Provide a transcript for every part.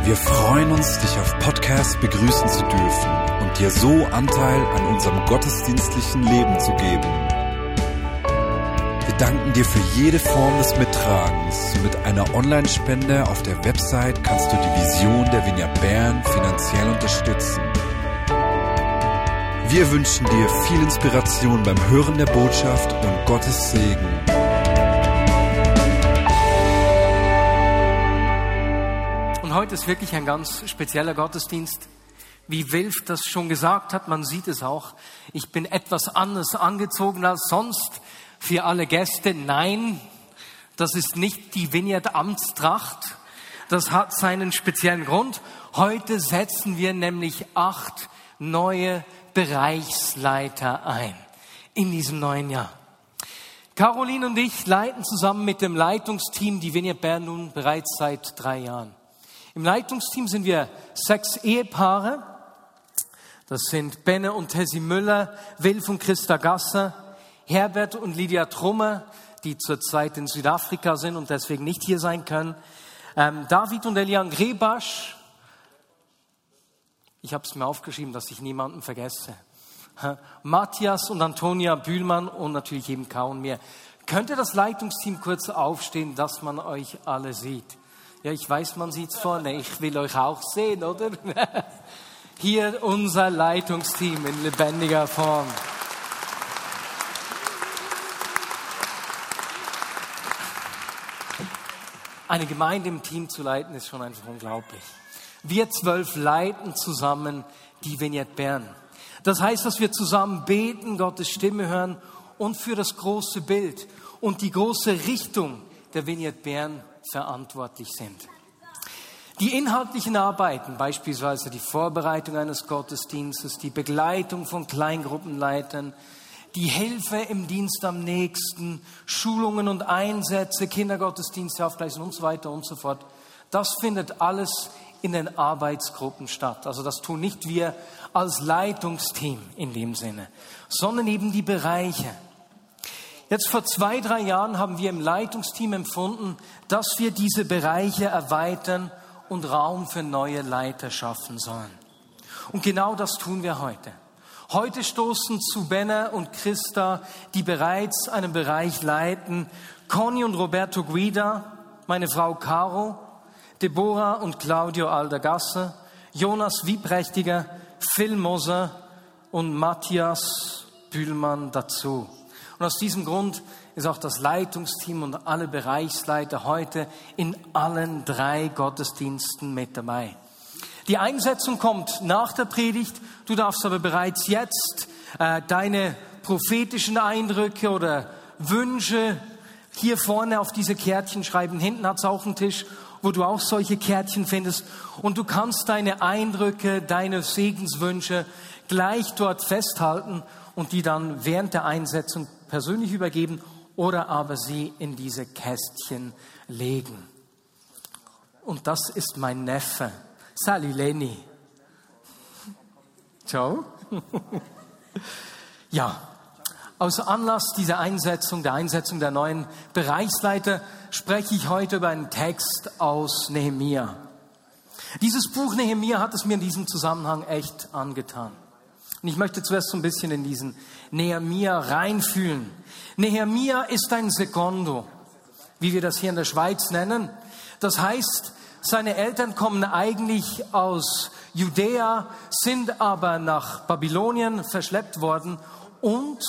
Wir freuen uns, dich auf Podcast begrüßen zu dürfen und dir so Anteil an unserem gottesdienstlichen Leben zu geben. Wir danken dir für jede Form des Mittragens. Mit einer Online-Spende auf der Website kannst du die Vision der Vineyard Bern finanziell unterstützen. Wir wünschen dir viel Inspiration beim Hören der Botschaft und Gottes Segen. Und heute ist wirklich ein ganz spezieller Gottesdienst. Wie Wilf das schon gesagt hat, man sieht es auch. Ich bin etwas anders angezogen als sonst für alle Gäste. Nein, das ist nicht die Vineyard-Amtstracht. Das hat seinen speziellen Grund. Heute setzen wir nämlich 8 neue Bereichsleiter ein in diesem neuen Jahr. Caroline und ich leiten zusammen mit dem Leitungsteam die Vineyard Bern nun bereits seit 3 Jahren. Im Leitungsteam sind wir 6 Ehepaare. Das sind Benne und Tessie Müller, Wilf und Christa Gasser, Herbert und Lydia Trummer, die zurzeit in Südafrika sind und deswegen nicht hier sein können. David und Elian Grebasch. Ich habe es mir aufgeschrieben, dass ich niemanden vergesse. Matthias und Antonia Bühlmann und natürlich eben Kao und mir. Könnte das Leitungsteam kurz aufstehen, dass man euch alle sieht? Ja, ich weiß, man sieht's vorne. Ich will euch auch sehen, oder? Hier unser Leitungsteam in lebendiger Form. Eine Gemeinde im Team zu leiten, ist schon einfach unglaublich. Wir 12 leiten zusammen die Vineyard Bern. Das heißt, dass wir zusammen beten, Gottes Stimme hören und für das große Bild und die große Richtung der Vineyard Bern verantwortlich sind. Die inhaltlichen Arbeiten, beispielsweise die Vorbereitung eines Gottesdienstes, die Begleitung von Kleingruppenleitern, die Hilfe im Dienst am Nächsten, Schulungen und Einsätze, Kindergottesdienste, Aufgleisen und so weiter und so fort, das findet alles in den Arbeitsgruppen statt. Also das tun nicht wir als Leitungsteam in dem Sinne, sondern eben die Bereiche. Jetzt vor 2, 3 Jahren haben wir im Leitungsteam empfunden, dass wir diese Bereiche erweitern und Raum für neue Leiter schaffen sollen. Und genau das tun wir heute. Heute stoßen zu Benne und Christa, die bereits einen Bereich leiten, Conny und Roberto Guida, meine Frau Caro, Deborah und Claudio Aldergasse, Jonas Wieprächtiger, Phil Moser und Matthias Bühlmann dazu. Und aus diesem Grund ist auch das Leitungsteam und alle Bereichsleiter heute in allen 3 Gottesdiensten mit dabei. Die Einsetzung kommt nach der Predigt. Du darfst aber bereits jetzt deine prophetischen Eindrücke oder Wünsche hier vorne auf diese Kärtchen schreiben. Hinten hat es auch einen Tisch, wo du auch solche Kärtchen findest. Und du kannst deine Eindrücke, deine Segenswünsche gleich dort festhalten und die dann während der Einsetzung persönlich übergeben oder aber sie in diese Kästchen legen. Und das ist mein Neffe. Sali Leni. Ciao. Ja, aus Anlass dieser Einsetzung, der Einsetzung der neuen Bereichsleiter, spreche ich heute über einen Text aus Nehemia. Dieses Buch Nehemia hat es mir in diesem Zusammenhang echt angetan. Und ich möchte zuerst so ein bisschen in diesen Nehemia reinfühlen. Nehemia ist ein Sekondo, wie wir das hier in der Schweiz nennen. Das heißt, seine Eltern kommen eigentlich aus Judäa, sind aber nach Babylonien verschleppt worden und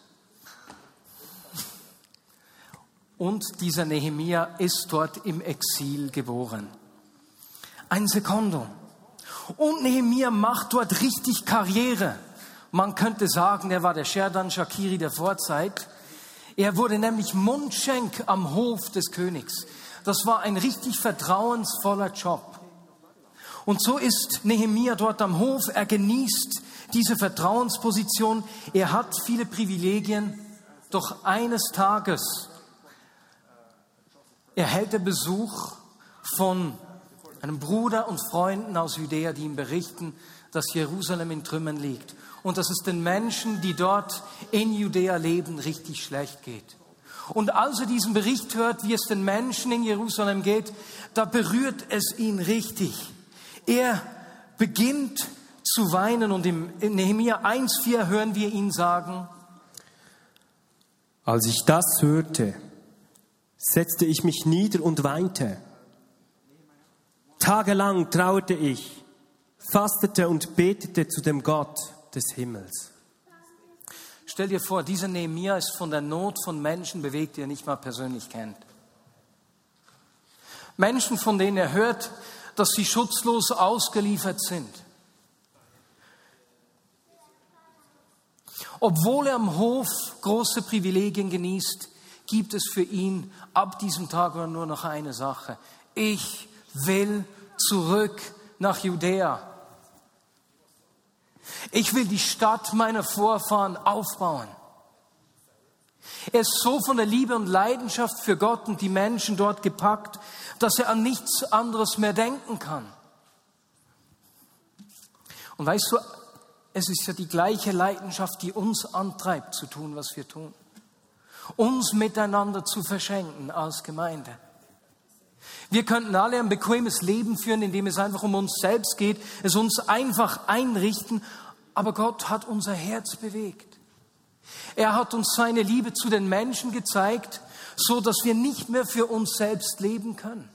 dieser Nehemia ist dort im Exil geboren. Ein Sekondo. Und Nehemia macht dort richtig Karriere. Man könnte sagen, er war der Sherdan Shakiri der Vorzeit. Er wurde nämlich Mundschenk am Hof des Königs. Das war ein richtig vertrauensvoller Job. Und so ist Nehemia dort am Hof. Er genießt diese Vertrauensposition. Er hat viele Privilegien. Doch eines Tages erhält er Besuch von einem Bruder und Freunden aus Judäa, die ihm berichten, dass Jerusalem in Trümmern liegt und dass es den Menschen, die dort in Judäa leben, richtig schlecht geht. Und als er diesen Bericht hört, wie es den Menschen in Jerusalem geht, da berührt es ihn richtig. Er beginnt zu weinen und in Nehemia 1,4 hören wir ihn sagen: Als ich das hörte, setzte ich mich nieder und weinte. Tagelang trauerte ich, fastete und betete zu dem Gott des Himmels. Stell dir vor, dieser Nehemia ist von der Not von Menschen bewegt, die er nicht mal persönlich kennt. Menschen, von denen er hört, dass sie schutzlos ausgeliefert sind. Obwohl er am Hof große Privilegien genießt, gibt es für ihn ab diesem Tag nur noch eine Sache: Ich will zurück nach Judäa. Ich will die Stadt meiner Vorfahren aufbauen. Er ist so von der Liebe und Leidenschaft für Gott und die Menschen dort gepackt, dass er an nichts anderes mehr denken kann. Und weißt du, es ist ja die gleiche Leidenschaft, die uns antreibt, zu tun, was wir tun. Uns miteinander zu verschenken als Gemeinde. Wir könnten alle ein bequemes Leben führen, in dem es einfach um uns selbst geht, es uns einfach einrichten, aber Gott hat unser Herz bewegt. Er hat uns seine Liebe zu den Menschen gezeigt, so dass wir nicht mehr für uns selbst leben können.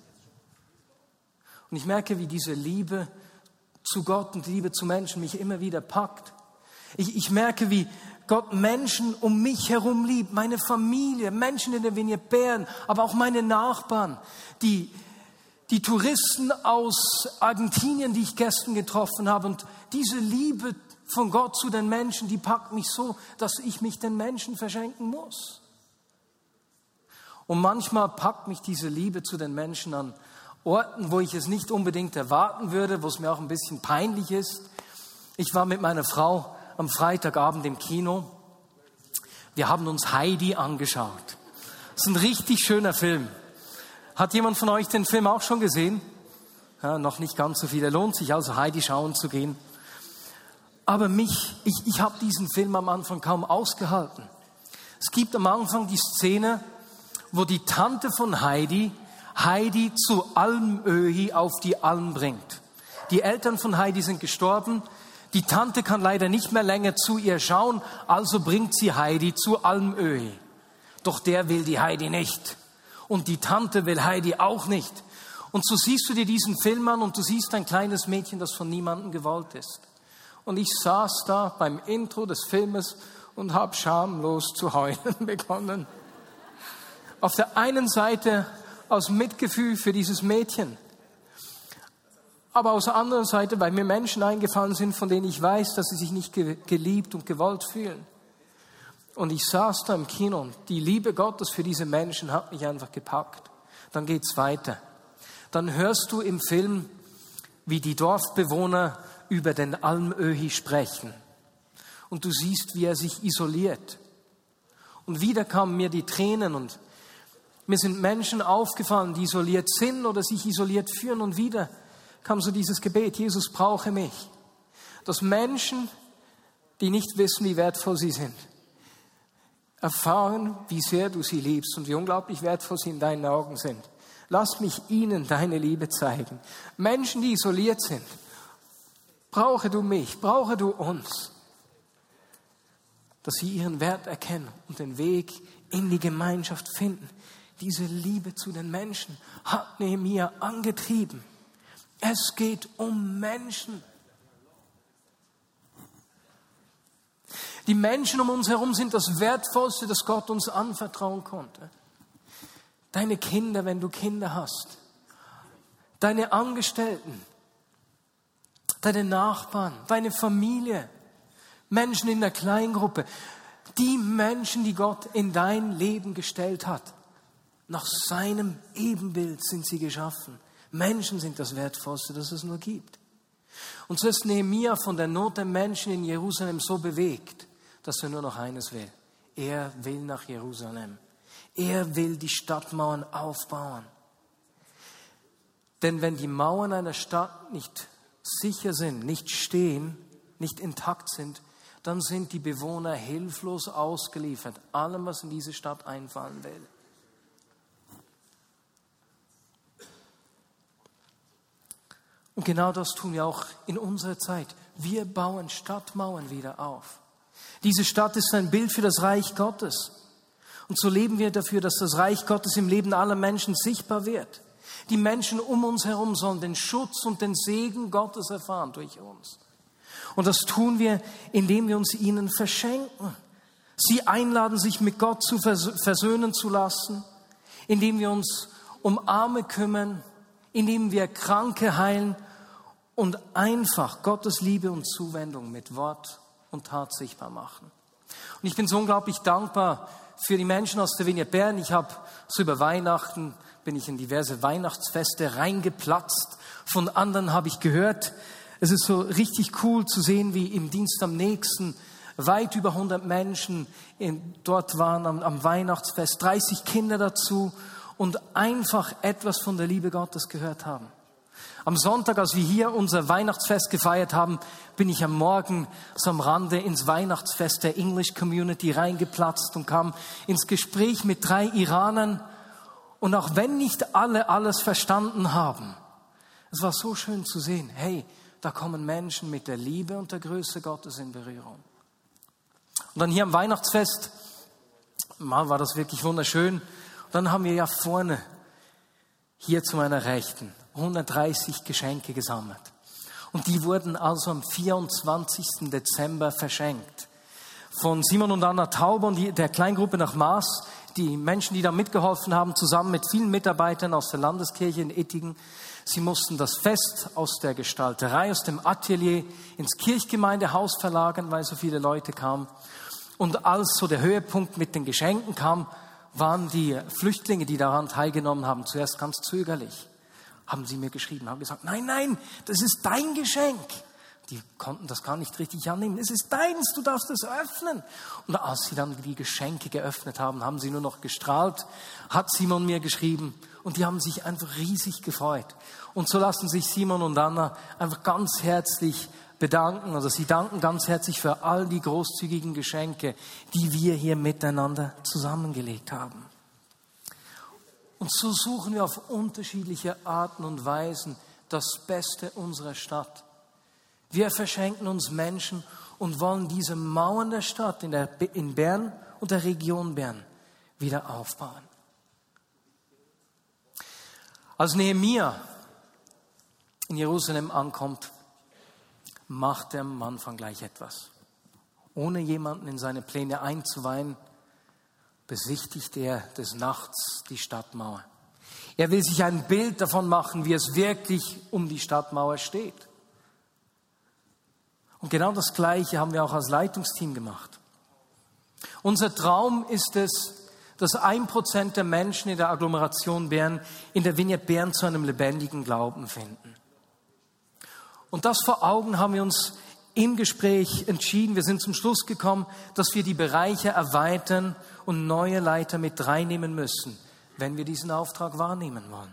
Und ich merke, wie diese Liebe zu Gott und die Liebe zu Menschen mich immer wieder packt. Ich merke, wie Gott Menschen um mich herum liebt, meine Familie, Menschen in der Vineyard Bern, aber auch meine Nachbarn, die Touristen aus Argentinien, die ich gestern getroffen habe. Und diese Liebe von Gott zu den Menschen, die packt mich so, dass ich mich den Menschen verschenken muss. Und manchmal packt mich diese Liebe zu den Menschen an Orten, wo ich es nicht unbedingt erwarten würde, wo es mir auch ein bisschen peinlich ist. Ich war mit meiner Frau am Freitagabend im Kino. Wir haben uns Heidi angeschaut. Das ist ein richtig schöner Film. Hat jemand von euch den Film auch schon gesehen? Ja, noch nicht ganz so viele. Lohnt sich also, Heidi schauen zu gehen. Aber ich habe diesen Film am Anfang kaum ausgehalten. Es gibt am Anfang die Szene, wo die Tante von Heidi zu Almöhi auf die Alm bringt. Die Eltern von Heidi sind gestorben. Die Tante kann leider nicht mehr länger zu ihr schauen, also bringt sie Heidi zu Almöhi. Doch der will die Heidi nicht. Und die Tante will Heidi auch nicht. Und so siehst du dir diesen Film an und du siehst ein kleines Mädchen, das von niemandem gewollt ist. Und ich saß da beim Intro des Filmes und habe schamlos zu heulen begonnen. Auf der einen Seite aus Mitgefühl für dieses Mädchen, aber auf der anderen Seite, weil mir Menschen eingefallen sind, von denen ich weiß, dass sie sich nicht geliebt und gewollt fühlen. Und ich saß da im Kino und die Liebe Gottes für diese Menschen hat mich einfach gepackt. Dann geht's weiter. Dann hörst du im Film, wie die Dorfbewohner über den Almöhi sprechen. Und du siehst, wie er sich isoliert. Und wieder kamen mir die Tränen und mir sind Menschen aufgefallen, die isoliert sind oder sich isoliert fühlen. Und wieder kam so dieses Gebet: Jesus, brauche mich. Dass Menschen, die nicht wissen, wie wertvoll sie sind, erfahren, wie sehr du sie liebst und wie unglaublich wertvoll sie in deinen Augen sind. Lass mich ihnen deine Liebe zeigen. Menschen, die isoliert sind, brauche du mich, brauche du uns. Dass sie ihren Wert erkennen und den Weg in die Gemeinschaft finden. Diese Liebe zu den Menschen hat Nehemia angetrieben. Es geht um Menschen. Die Menschen um uns herum sind das Wertvollste, das Gott uns anvertrauen konnte. Deine Kinder, wenn du Kinder hast. Deine Angestellten. Deine Nachbarn. Deine Familie. Menschen in der Kleingruppe. Die Menschen, die Gott in dein Leben gestellt hat. Nach seinem Ebenbild sind sie geschaffen. Menschen sind das Wertvollste, das es nur gibt. Und so ist Nehemia von der Not der Menschen in Jerusalem so bewegt, dass er nur noch eines will. Er will nach Jerusalem. Er will die Stadtmauern aufbauen. Denn wenn die Mauern einer Stadt nicht sicher sind, nicht stehen, nicht intakt sind, dann sind die Bewohner hilflos ausgeliefert, allem, was in diese Stadt einfallen will. Und genau das tun wir auch in unserer Zeit. Wir bauen Stadtmauern wieder auf. Diese Stadt ist ein Bild für das Reich Gottes. Und so leben wir dafür, dass das Reich Gottes im Leben aller Menschen sichtbar wird. Die Menschen um uns herum sollen den Schutz und den Segen Gottes erfahren durch uns. Und das tun wir, indem wir uns ihnen verschenken. Sie einladen, sich mit Gott zu versöhnen zu lassen, indem wir uns um Arme kümmern, indem wir Kranke heilen und einfach Gottes Liebe und Zuwendung mit Wort und Tat sichtbar machen. Und ich bin so unglaublich dankbar für die Menschen aus der Vineyard Bern. Ich habe so über Weihnachten, bin ich in diverse Weihnachtsfeste reingeplatzt. Von anderen habe ich gehört, es ist so richtig cool zu sehen, wie im Dienst am nächsten weit über 100 Menschen dort waren am Weihnachtsfest, 30 Kinder dazu und einfach etwas von der Liebe Gottes gehört haben. Am Sonntag, als wir hier unser Weihnachtsfest gefeiert haben, bin ich am Morgen so am Rande ins Weihnachtsfest der English Community reingeplatzt und kam ins Gespräch mit 3 Iranern. Und auch wenn nicht alle alles verstanden haben, es war so schön zu sehen, hey, da kommen Menschen mit der Liebe und der Größe Gottes in Berührung. Und dann hier am Weihnachtsfest, mal war das wirklich wunderschön. Und dann haben wir ja vorne, hier zu meiner Rechten, 130 Geschenke gesammelt. Und die wurden also am 24. Dezember verschenkt. Von Simon und Anna Tauber und der Kleingruppe nach Maas, die Menschen, die da mitgeholfen haben, zusammen mit vielen Mitarbeitern aus der Landeskirche in Ittigen. Sie mussten das Fest aus der Gestalterei, aus dem Atelier ins Kirchgemeindehaus verlagern, weil so viele Leute kamen. Und als so der Höhepunkt mit den Geschenken kam, waren die Flüchtlinge, die daran teilgenommen haben, zuerst ganz zögerlich. Haben sie mir geschrieben, haben gesagt, nein, das ist dein Geschenk. Die konnten das gar nicht richtig annehmen. Es ist deins, du darfst es öffnen. Und als sie dann die Geschenke geöffnet haben, haben sie nur noch gestrahlt, hat Simon mir geschrieben. Und die haben sich einfach riesig gefreut. Und so lassen sich Simon und Anna einfach ganz herzlich bedanken. Also sie danken ganz herzlich für all die großzügigen Geschenke, die wir hier miteinander zusammengelegt haben. Und so suchen wir auf unterschiedliche Arten und Weisen das Beste unserer Stadt. Wir verschenken uns Menschen und wollen diese Mauern der Stadt in Bern und der Region Bern wieder aufbauen. Als Nehemia in Jerusalem ankommt, macht er am Anfang gleich etwas. Ohne jemanden in seine Pläne einzuweihen, besichtigt er des Nachts die Stadtmauer. Er will sich ein Bild davon machen, wie es wirklich um die Stadtmauer steht. Und genau das Gleiche haben wir auch als Leitungsteam gemacht. Unser Traum ist es, dass 1% der Menschen in der Agglomeration Bern in der Vineyard Bern zu einem lebendigen Glauben finden. Und das vor Augen haben wir uns im Gespräch entschieden. Wir sind zum Schluss gekommen, dass wir die Bereiche erweitern und neue Leiter mit reinnehmen müssen, wenn wir diesen Auftrag wahrnehmen wollen.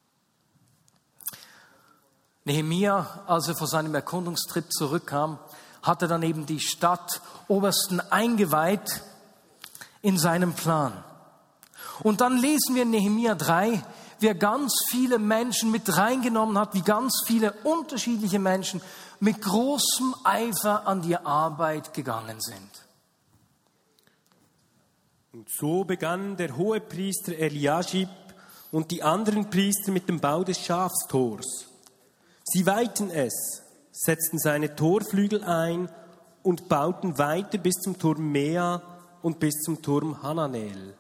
Nehemia, als er vor seinem Erkundungstrip zurückkam, hatte dann eben die Stadtobersten eingeweiht in seinem Plan. Und dann lesen wir in Nehemia 3, wie er ganz viele Menschen mit reingenommen hat, wie ganz viele unterschiedliche Menschen mit großem Eifer an die Arbeit gegangen sind. Und so begann der Hohepriester Eliaschib und die anderen Priester mit dem Bau des Schafstors. Sie weihten es, setzten seine Torflügel ein und bauten weiter bis zum Turm Mea und bis zum Turm Hananel.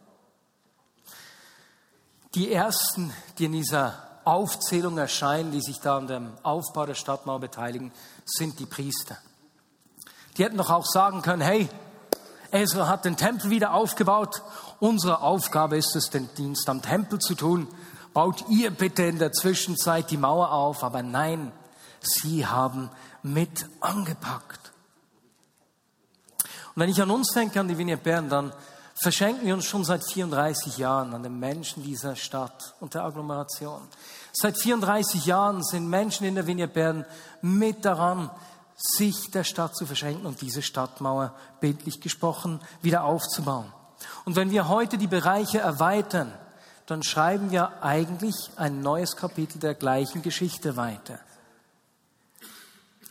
Die ersten, die in dieser Aufzählung erscheinen, die sich da an dem Aufbau der Stadtmauer beteiligen, sind die Priester. Die hätten doch auch sagen können, hey, Ezra hat den Tempel wieder aufgebaut. Unsere Aufgabe ist es, den Dienst am Tempel zu tun. Baut ihr bitte in der Zwischenzeit die Mauer auf. Aber nein, sie haben mit angepackt. Und wenn ich an uns denke, an die Vineyard Bern, dann verschenken wir uns schon seit 34 Jahren an den Menschen dieser Stadt und der Agglomeration. Seit 34 Jahren sind Menschen in der Vineyard Bern mit daran, sich der Stadt zu verschenken und diese Stadtmauer, bildlich gesprochen, wieder aufzubauen. Und wenn wir heute die Bereiche erweitern, dann schreiben wir eigentlich ein neues Kapitel der gleichen Geschichte weiter.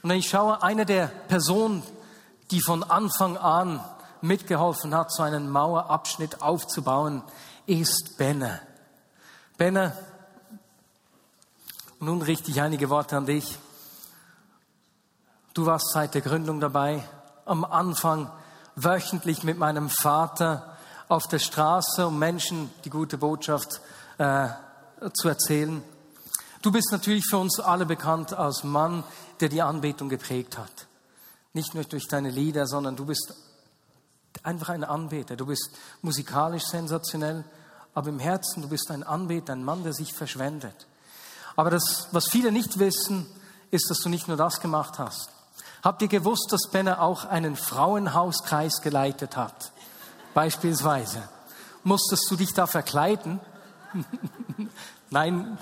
Und wenn ich schaue, eine der Personen, die von Anfang an mitgeholfen hat, so einen Mauerabschnitt aufzubauen, ist Benne. Benne, nun richte ich einige Worte an dich. Du warst seit der Gründung dabei, am Anfang wöchentlich mit meinem Vater auf der Straße, um Menschen die gute Botschaft zu erzählen. Du bist natürlich für uns alle bekannt als Mann, der die Anbetung geprägt hat. Nicht nur durch deine Lieder, sondern du bist einfach ein Anbeter. Du bist musikalisch sensationell, aber im Herzen, du bist ein Anbeter, ein Mann, der sich verschwendet. Aber das, was viele nicht wissen, ist, dass du nicht nur das gemacht hast. Habt ihr gewusst, dass Benne auch einen Frauenhauskreis geleitet hat? Beispielsweise. Musstest du dich da verkleiden? Nein.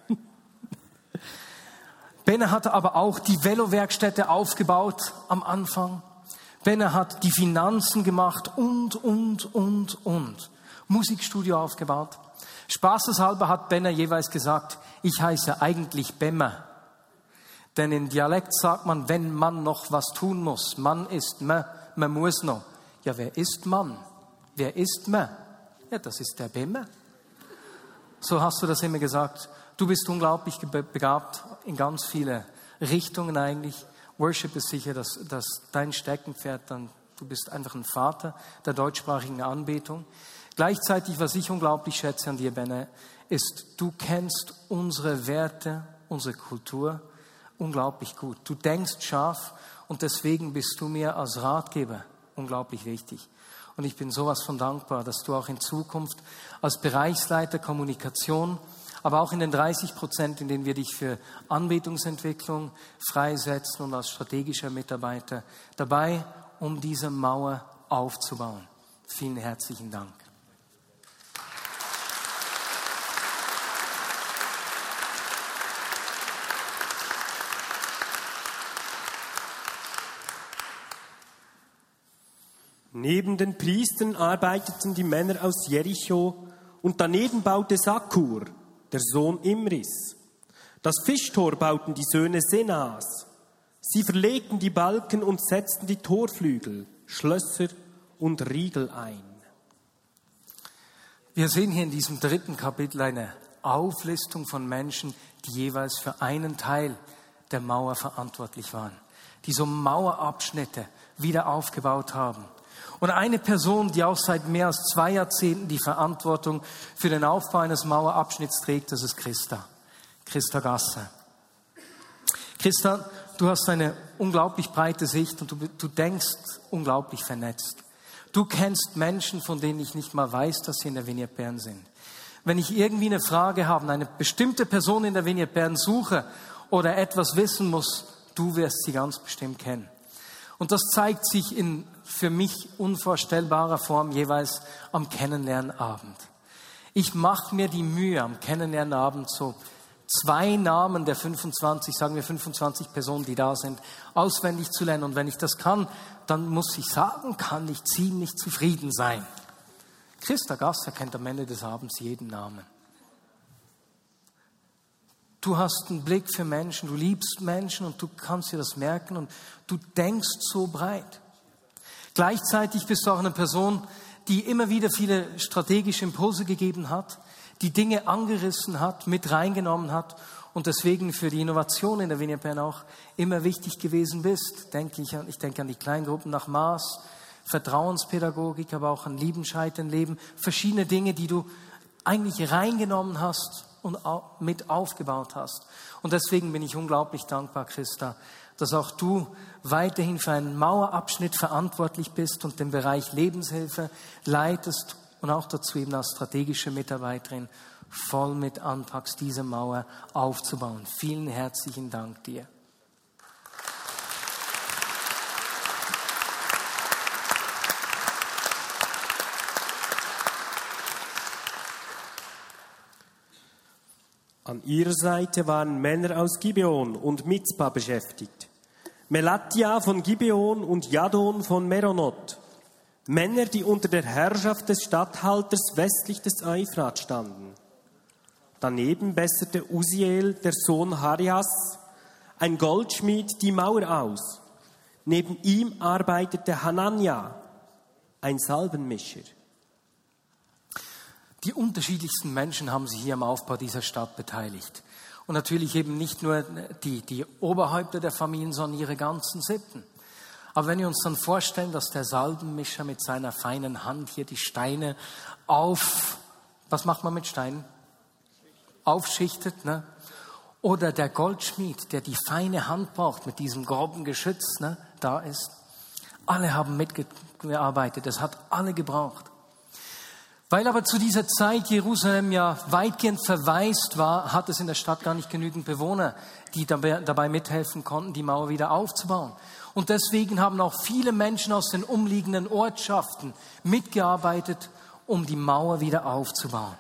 Benne hat aber auch die Velowerkstätte aufgebaut am Anfang. Benne hat die Finanzen gemacht und. Musikstudio aufgebaut. Spaßeshalber hat Benne jeweils gesagt, ich heiße eigentlich Bemme. Denn in Dialekt sagt man, wenn man noch was tun muss. Man ist man muss noch. Ja, wer ist Mann? Wer ist man? Ja, das ist der Bemme. So hast du das immer gesagt. Du bist unglaublich begabt in ganz viele Richtungen eigentlich. Worship ist sicher dass dein Steckenpferd. Du bist einfach ein Vater der deutschsprachigen Anbetung. Gleichzeitig, was ich unglaublich schätze an dir, Benne, ist, du kennst unsere Werte, unsere Kultur unglaublich gut. Du denkst scharf und deswegen bist du mir als Ratgeber unglaublich wichtig. Und ich bin sowas von dankbar, dass du auch in Zukunft als Bereichsleiter Kommunikation, aber auch in den 30%, in denen wir dich für Anbetungsentwicklung freisetzen und als strategischer Mitarbeiter dabei, um diese Mauer aufzubauen. Vielen herzlichen Dank. Neben den Priestern arbeiteten die Männer aus Jericho und daneben baute Sakur, der Sohn Imris. Das Fischtor bauten die Söhne Senas. Sie verlegten die Balken und setzten die Torflügel, Schlösser und Riegel ein. Wir sehen hier in diesem 3. Kapitel eine Auflistung von Menschen, die jeweils für einen Teil der Mauer verantwortlich waren, die so Mauerabschnitte wieder aufgebaut haben. Und eine Person, die auch seit mehr als 2 Jahrzehnten die Verantwortung für den Aufbau eines Mauerabschnitts trägt, das ist Christa Gasser. Christa, du hast eine unglaublich breite Sicht und du denkst unglaublich vernetzt. Du kennst Menschen, von denen ich nicht mal weiß, dass sie in der Vineyard Bern sind. Wenn ich irgendwie eine Frage habe, eine bestimmte Person in der Vineyard Bern suche oder etwas wissen muss, du wirst sie ganz bestimmt kennen. Und das zeigt sich in für mich unvorstellbarer Form jeweils am Kennenlernabend. Ich mache mir die Mühe, am Kennenlernabend so 2 Namen der 25, sagen wir 25 Personen, die da sind, auswendig zu lernen. Und wenn ich das kann, dann muss ich sagen, kann ich ziemlich zufrieden sein. Christa Gasser kennt am Ende des Abends jeden Namen. Du hast einen Blick für Menschen, du liebst Menschen und du kannst dir das merken und du denkst so breit. Gleichzeitig bist du auch eine Person, die immer wieder viele strategische Impulse gegeben hat, die Dinge angerissen hat, mit reingenommen hat und deswegen für die Innovation in der Vineyard Bern auch immer wichtig gewesen bist. Ich denke an die Kleingruppen nach Maß, Vertrauenspädagogik, aber auch an Lieben, Scheitern, Leben. Verschiedene Dinge, die du eigentlich reingenommen hast und mit aufgebaut hast. Und deswegen bin ich unglaublich dankbar, Christa, dass auch du weiterhin für einen Mauerabschnitt verantwortlich bist und den Bereich Lebenshilfe leitest und auch dazu eben als strategische Mitarbeiterin voll mit anpackst, diese Mauer aufzubauen. Vielen herzlichen Dank dir. An ihrer Seite waren Männer aus Gibeon und Mizpa beschäftigt. Melatia von Gibeon und Jadon von Meronot. Männer, die unter der Herrschaft des Statthalters westlich des Euphrat standen. Daneben besserte Uziel, der Sohn Harias, ein Goldschmied, die Mauer aus. Neben ihm arbeitete Hanania, ein Salbenmischer. Die unterschiedlichsten Menschen haben sich hier am Aufbau dieser Stadt beteiligt. Und natürlich eben nicht nur die Oberhäupter der Familien, sondern ihre ganzen Sippen. Aber wenn wir uns dann vorstellen, dass der Salbenmischer mit seiner feinen Hand hier die Steine was macht man mit Steinen? Aufschichtet, ne? Oder der Goldschmied, der die feine Hand braucht mit diesem groben Geschütz, ne? Da ist. Alle haben mitgearbeitet, es hat alle gebraucht. Weil aber zu dieser Zeit Jerusalem ja weitgehend verwaist war, hat es in der Stadt gar nicht genügend Bewohner, die dabei mithelfen konnten, die Mauer wieder aufzubauen. Und deswegen haben auch viele Menschen aus den umliegenden Ortschaften mitgearbeitet, um die Mauer wieder aufzubauen.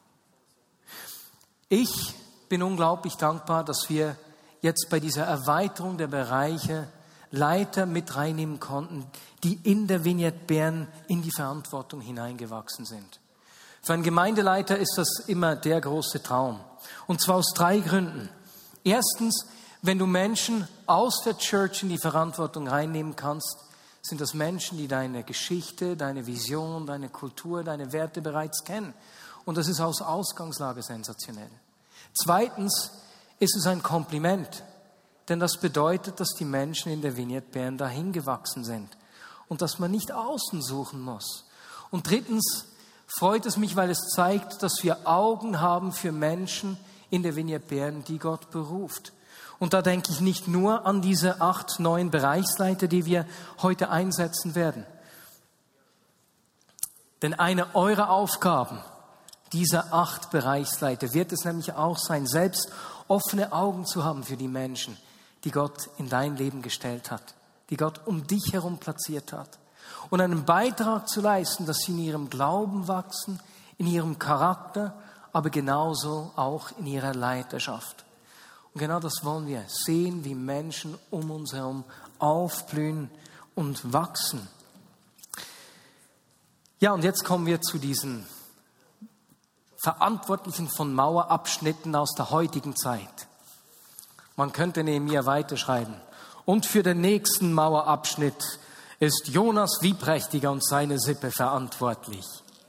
Ich bin unglaublich dankbar, dass wir jetzt bei dieser Erweiterung der Bereiche Leiter mit reinnehmen konnten, die in der Vignette Bern in die Verantwortung hineingewachsen sind. Für einen Gemeindeleiter ist das immer der große Traum. Und zwar aus 3 Gründen. Erstens, wenn du Menschen aus der Church in die Verantwortung reinnehmen kannst, sind das Menschen, die deine Geschichte, deine Vision, deine Kultur, deine Werte bereits kennen. Und das ist aus Ausgangslage sensationell. Zweitens ist es ein Kompliment, denn das bedeutet, dass die Menschen in der Vignette Bern dahin gewachsen sind und dass man nicht außen suchen muss. Und drittens freut es mich, weil es zeigt, dass wir Augen haben für Menschen in der Vignette Bern, die Gott beruft. Und da denke ich nicht nur an diese 8, 9 Bereichsleiter, die wir heute einsetzen werden. Denn eine eurer Aufgaben dieser 8 Bereichsleiter wird es nämlich auch sein, selbst offene Augen zu haben für die Menschen, die Gott in dein Leben gestellt hat, die Gott um dich herum platziert hat. Und einen Beitrag zu leisten, dass sie in ihrem Glauben wachsen, in ihrem Charakter, aber genauso auch in ihrer Leiterschaft. Und genau das wollen wir sehen, wie Menschen um uns herum aufblühen und wachsen. Ja, und jetzt kommen wir zu diesen Verantwortlichen von Mauerabschnitten aus der heutigen Zeit. Man könnte Nehemia weiterschreiben. Und für den nächsten Mauerabschnitt ist Jonas Wieprächtiger und seine Sippe verantwortlich.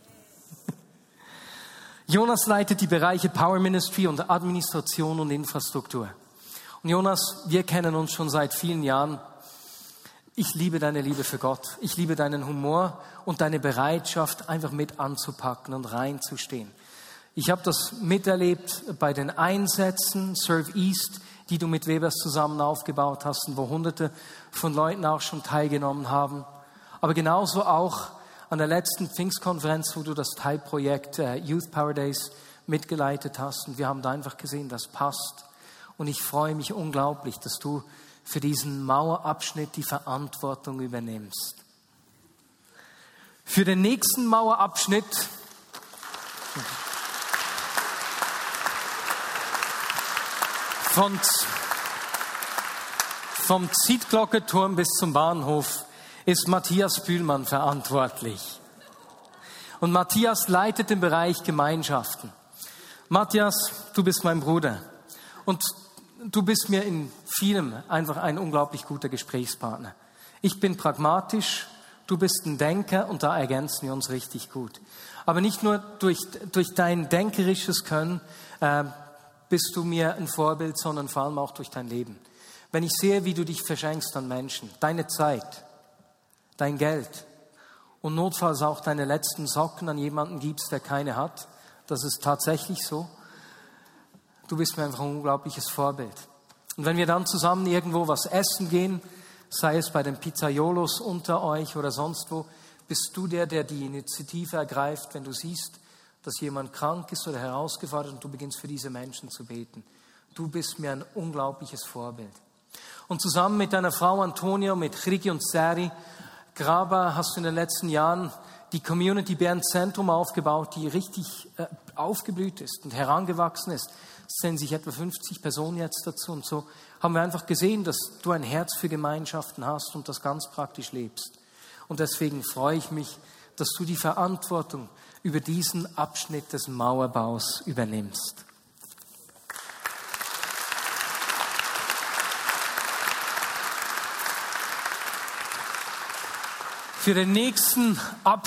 Jonas leitet die Bereiche Power Ministry und Administration und Infrastruktur. Und Jonas, wir kennen uns schon seit vielen Jahren. Ich liebe deine Liebe für Gott. Ich liebe deinen Humor und deine Bereitschaft, einfach mit anzupacken und reinzustehen. Ich habe das miterlebt bei den Einsätzen Serve East, die du mit Webers zusammen aufgebaut hast und wo Hunderte von Leuten auch schon teilgenommen haben. Aber genauso auch an der letzten Pfingstkonferenz, wo du das Teilprojekt Youth Power Days mitgeleitet hast. Und wir haben da einfach gesehen, das passt. Und ich freue mich unglaublich, dass du für diesen Mauerabschnitt die Verantwortung übernimmst. Für den nächsten Mauerabschnitt vom Zietglockenturm bis zum Bahnhof ist Matthias Bühlmann verantwortlich. Und Matthias leitet den Bereich Gemeinschaften. Matthias, du bist mein Bruder. Und du bist mir in vielem einfach ein unglaublich guter Gesprächspartner. Ich bin pragmatisch, du bist ein Denker und da ergänzen wir uns richtig gut. Aber nicht nur durch dein denkerisches Können bist du mir ein Vorbild, sondern vor allem auch durch dein Leben. Wenn ich sehe, wie du dich verschenkst an Menschen, deine Zeit, dein Geld und notfalls auch deine letzten Socken an jemanden gibst, der keine hat, das ist tatsächlich so. Du bist mir einfach ein unglaubliches Vorbild. Und wenn wir dann zusammen irgendwo was essen gehen, sei es bei den Pizzaiolos unter euch oder sonst wo, bist du der die Initiative ergreift, wenn du siehst, dass jemand krank ist oder herausgefordert und du beginnst für diese Menschen zu beten. Du bist mir ein unglaubliches Vorbild. Und zusammen mit deiner Frau Antonia, mit Chrigi und Sari Graber hast du in den letzten Jahren die Community Bern Zentrum aufgebaut, die richtig aufgeblüht ist und herangewachsen ist. Es zählen sich etwa 50 Personen jetzt dazu und so haben wir einfach gesehen, dass du ein Herz für Gemeinschaften hast und das ganz praktisch lebst. Und deswegen freue ich mich, dass du die Verantwortung über diesen Abschnitt des Mauerbaus übernimmst. Für den nächsten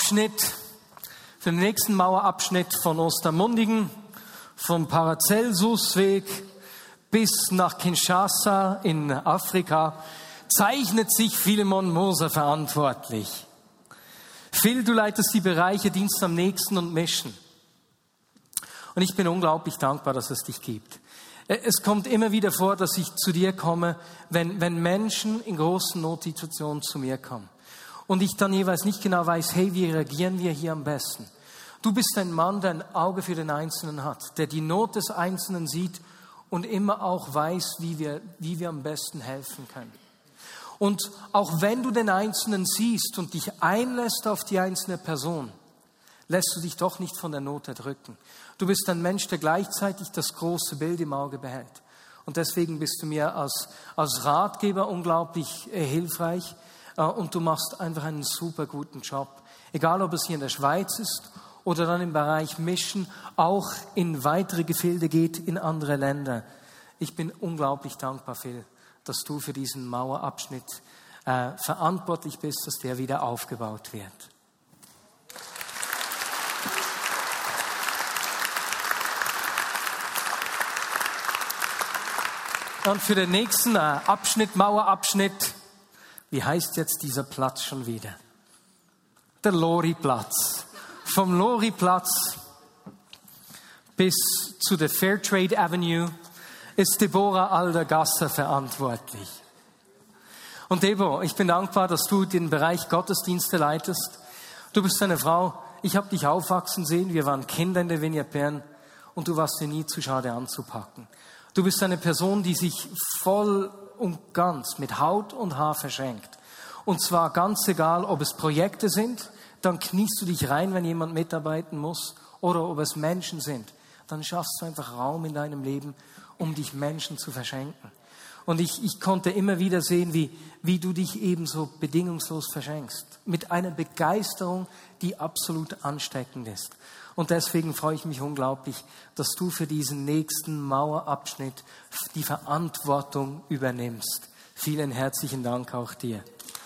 Mauerabschnitt von Ostermundigen, vom Paracelsusweg bis nach Kinshasa in Afrika, zeichnet sich Philemon Moser verantwortlich. Phil, du leitest die Bereiche Dienst am Nächsten und Mission. Und ich bin unglaublich dankbar, dass es dich gibt. Es kommt immer wieder vor, dass ich zu dir komme, wenn Menschen in großen Notsituationen zu mir kommen. Und ich dann jeweils nicht genau weiß, hey, wie reagieren wir hier am besten? Du bist ein Mann, der ein Auge für den Einzelnen hat, der die Not des Einzelnen sieht und immer auch weiß, wie wir am besten helfen können. Und auch wenn du den Einzelnen siehst und dich einlässt auf die einzelne Person, lässt du dich doch nicht von der Not erdrücken. Du bist ein Mensch, der gleichzeitig das große Bild im Auge behält. Und deswegen bist du mir als Ratgeber unglaublich hilfreich und du machst einfach einen super guten Job. Egal, ob es hier in der Schweiz ist oder dann im Bereich Mission, auch in weitere Gefilde geht, in andere Länder. Ich bin unglaublich dankbar, Phil, dass du für diesen Mauerabschnitt verantwortlich bist, dass der wieder aufgebaut wird. Und für den nächsten Mauerabschnitt, wie heißt jetzt dieser Platz schon wieder? Der Loriplatz. Vom Loriplatz bis zu der Fairtrade Avenue ist Deborah Alder-Gasser verantwortlich. Und Debo, ich bin dankbar, dass du den Bereich Gottesdienste leitest. Du bist eine Frau, ich habe dich aufwachsen sehen, wir waren Kinder in der Vineyard Bern und du warst dir nie zu schade anzupacken. Du bist eine Person, die sich voll und ganz mit Haut und Haar verschenkt. Und zwar ganz egal, ob es Projekte sind, dann kniest du dich rein, wenn jemand mitarbeiten muss, oder ob es Menschen sind. Dann schaffst du einfach Raum in deinem Leben, um dich Menschen zu verschenken. Und ich konnte immer wieder sehen, wie du dich ebenso bedingungslos verschenkst. Mit einer Begeisterung, die absolut ansteckend ist. Und deswegen freue ich mich unglaublich, dass du für diesen nächsten Mauerabschnitt die Verantwortung übernimmst. Vielen herzlichen Dank auch dir.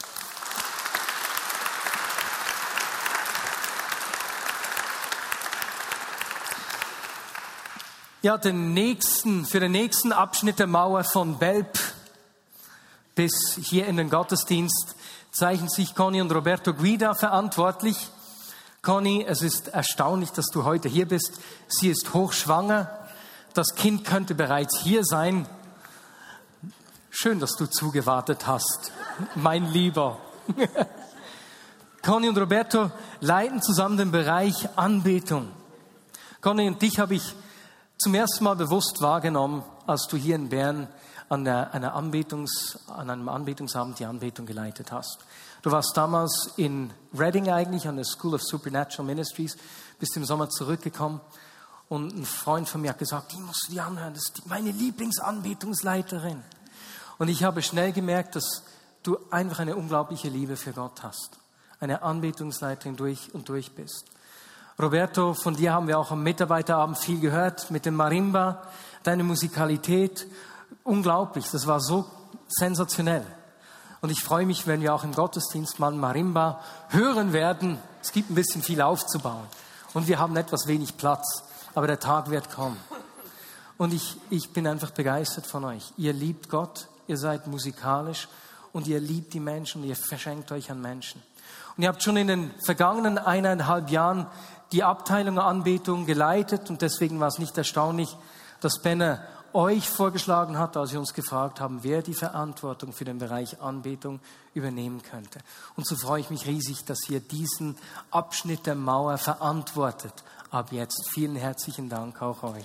Ja, für den nächsten Abschnitt der Mauer von Belp bis hier in den Gottesdienst zeichnen sich Conny und Roberto Guida verantwortlich. Conny, es ist erstaunlich, dass du heute hier bist. Sie ist hochschwanger. Das Kind könnte bereits hier sein. Schön, dass du zugewartet hast, mein Lieber. Conny und Roberto leiten zusammen den Bereich Anbetung. Conny und dich habe ich zum ersten Mal bewusst wahrgenommen, als du hier in Bern an einem Anbetungsabend die Anbetung geleitet hast. Du warst damals in Reading eigentlich, an der School of Supernatural Ministries, bist im Sommer zurückgekommen und ein Freund von mir hat gesagt, die musst du dir anhören, das ist meine Lieblingsanbetungsleiterin. Und ich habe schnell gemerkt, dass du einfach eine unglaubliche Liebe für Gott hast. Eine Anbetungsleiterin durch und durch bist. Roberto, von dir haben wir auch am Mitarbeiterabend viel gehört, mit dem Marimba, deine Musikalität, unglaublich, das war so sensationell. Und ich freue mich, wenn wir auch im Gottesdienst mal Marimba hören werden. Es gibt ein bisschen viel aufzubauen und wir haben etwas wenig Platz, aber der Tag wird kommen. Und ich bin einfach begeistert von euch. Ihr liebt Gott, ihr seid musikalisch und ihr liebt die Menschen und ihr verschenkt euch an Menschen. Und ihr habt schon in den vergangenen 1,5 Jahren die Abteilung Anbetung geleitet und deswegen war es nicht erstaunlich, dass Benner euch vorgeschlagen hat, als wir uns gefragt haben, wer die Verantwortung für den Bereich Anbetung übernehmen könnte. Und so freue ich mich riesig, dass ihr diesen Abschnitt der Mauer verantwortet. Ab jetzt vielen herzlichen Dank auch euch.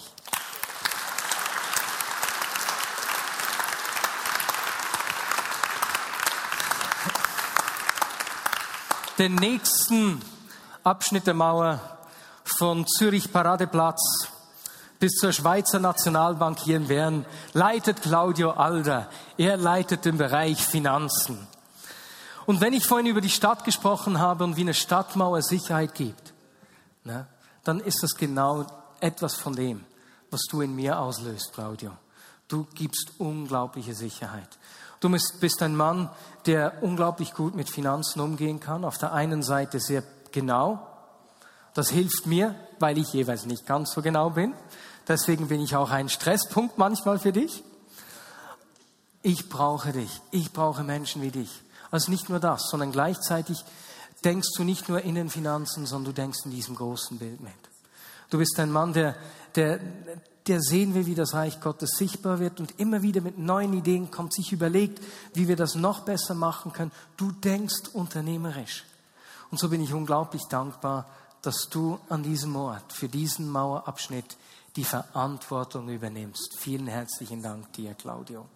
Den nächsten Abschnitt der Mauer von Zürich Paradeplatz bis zur Schweizer Nationalbank hier in Bern leitet Claudio Alder. Er leitet den Bereich Finanzen. Und wenn ich vorhin über die Stadt gesprochen habe und wie eine Stadtmauer Sicherheit gibt, dann ist das genau etwas von dem, was du in mir auslöst, Claudio. Du gibst unglaubliche Sicherheit. Du bist ein Mann, der unglaublich gut mit Finanzen umgehen kann. Auf der einen Seite sehr genau. Das hilft mir, weil ich jeweils nicht ganz so genau bin. Deswegen bin ich auch ein Stresspunkt manchmal für dich. Ich brauche dich. Ich brauche Menschen wie dich. Also nicht nur das, sondern gleichzeitig denkst du nicht nur in den Finanzen, sondern du denkst in diesem großen Bild mit. Du bist ein Mann, der sehen will, wie das Reich Gottes sichtbar wird und immer wieder mit neuen Ideen kommt, sich überlegt, wie wir das noch besser machen können. Du denkst unternehmerisch. Und so bin ich unglaublich dankbar, dass du an diesem Ort, für diesen Mauerabschnitt, die Verantwortung übernimmst. Vielen herzlichen Dank dir, Claudio.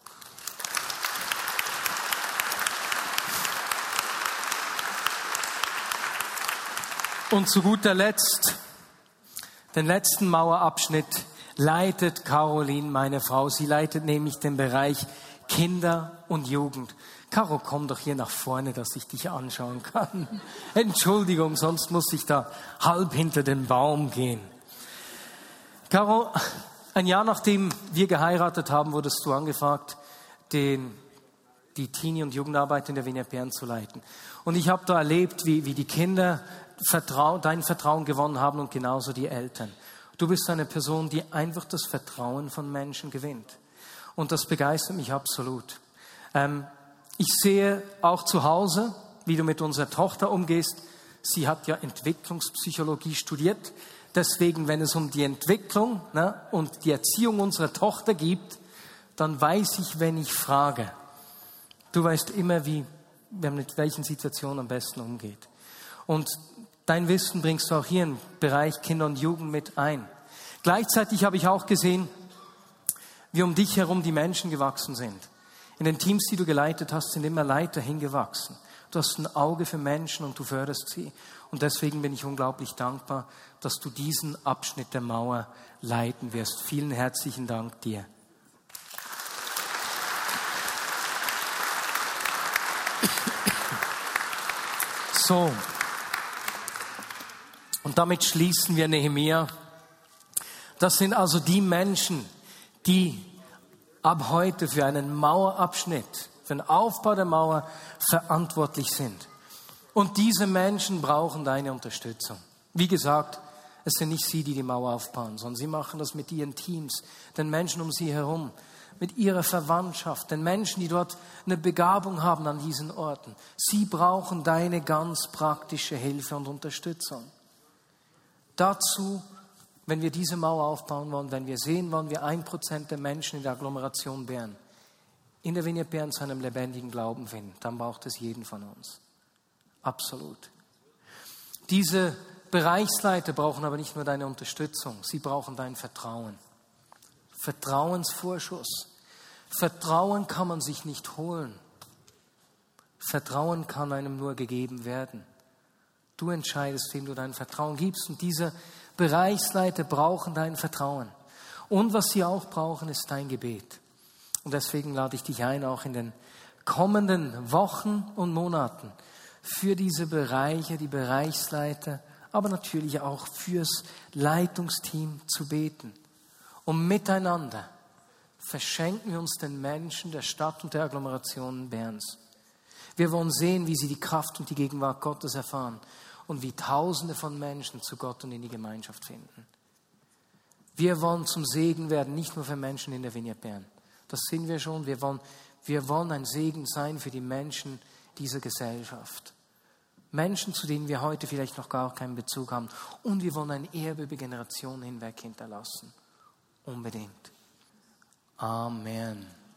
Und zu guter Letzt, den letzten Mauerabschnitt leitet Caroline, meine Frau. Sie leitet nämlich den Bereich Kinder und Jugend. Caro, komm doch hier nach vorne, dass ich dich anschauen kann. Entschuldigung, sonst muss ich da halb hinter den Baum gehen. Caro, ein Jahr nachdem wir geheiratet haben, wurdest du angefragt, die Teenie- und Jugendarbeit in der Vineyard Bern zu leiten. Und ich habe da erlebt, wie die Kinder dein Vertrauen gewonnen haben und genauso die Eltern. Du bist eine Person, die einfach das Vertrauen von Menschen gewinnt. Und das begeistert mich absolut. Ich sehe auch zu Hause, wie du mit unserer Tochter umgehst. Sie hat ja Entwicklungspsychologie studiert. Deswegen, wenn es um die Entwicklung und die Erziehung unserer Tochter geht, dann weiß ich, wenn ich frage. Du weißt immer, wie man mit welchen Situationen am besten umgeht. Und dein Wissen bringst du auch hier im Bereich Kinder und Jugend mit ein. Gleichzeitig habe ich auch gesehen, wie um dich herum die Menschen gewachsen sind. In den Teams, die du geleitet hast, sind immer Leiter hingewachsen. Du hast ein Auge für Menschen und du förderst sie. Und deswegen bin ich unglaublich dankbar, dass du diesen Abschnitt der Mauer leiten wirst. Vielen herzlichen Dank dir. So. Und damit schließen wir Nehemia. Das sind also die Menschen, die ab heute für einen Mauerabschnitt, für den Aufbau der Mauer verantwortlich sind. Und diese Menschen brauchen deine Unterstützung. Wie gesagt, es sind nicht sie, die die Mauer aufbauen, sondern sie machen das mit ihren Teams, den Menschen um sie herum, mit ihrer Verwandtschaft, den Menschen, die dort eine Begabung haben an diesen Orten. Sie brauchen deine ganz praktische Hilfe und Unterstützung. Dazu, wenn wir diese Mauer aufbauen wollen, wenn wir sehen wollen, wir 1% der Menschen in der Agglomeration Bern, in der Vineyard Bern zu einem lebendigen Glauben finden, dann braucht es jeden von uns. Absolut. Diese Bereichsleiter brauchen aber nicht nur deine Unterstützung, sie brauchen dein Vertrauen. Vertrauensvorschuss. Vertrauen kann man sich nicht holen. Vertrauen kann einem nur gegeben werden. Du entscheidest, wem du dein Vertrauen gibst. Und diese Bereichsleiter brauchen dein Vertrauen. Und was sie auch brauchen, ist dein Gebet. Und deswegen lade ich dich ein, auch in den kommenden Wochen und Monaten für diese Bereiche, die Bereichsleiter, aber natürlich auch fürs Leitungsteam zu beten. Und miteinander verschenken wir uns den Menschen der Stadt und der Agglomeration Berns. Wir wollen sehen, wie sie die Kraft und die Gegenwart Gottes erfahren und wie Tausende von Menschen zu Gott und in die Gemeinschaft finden. Wir wollen zum Segen werden, nicht nur für Menschen in der Vineyard Bern. Das sind wir schon. Wir wollen ein Segen sein für die Menschen dieser Gesellschaft. Menschen, zu denen wir heute vielleicht noch gar keinen Bezug haben. Und wir wollen ein Erbe über Generationen hinweg hinterlassen. Unbedingt. Amen.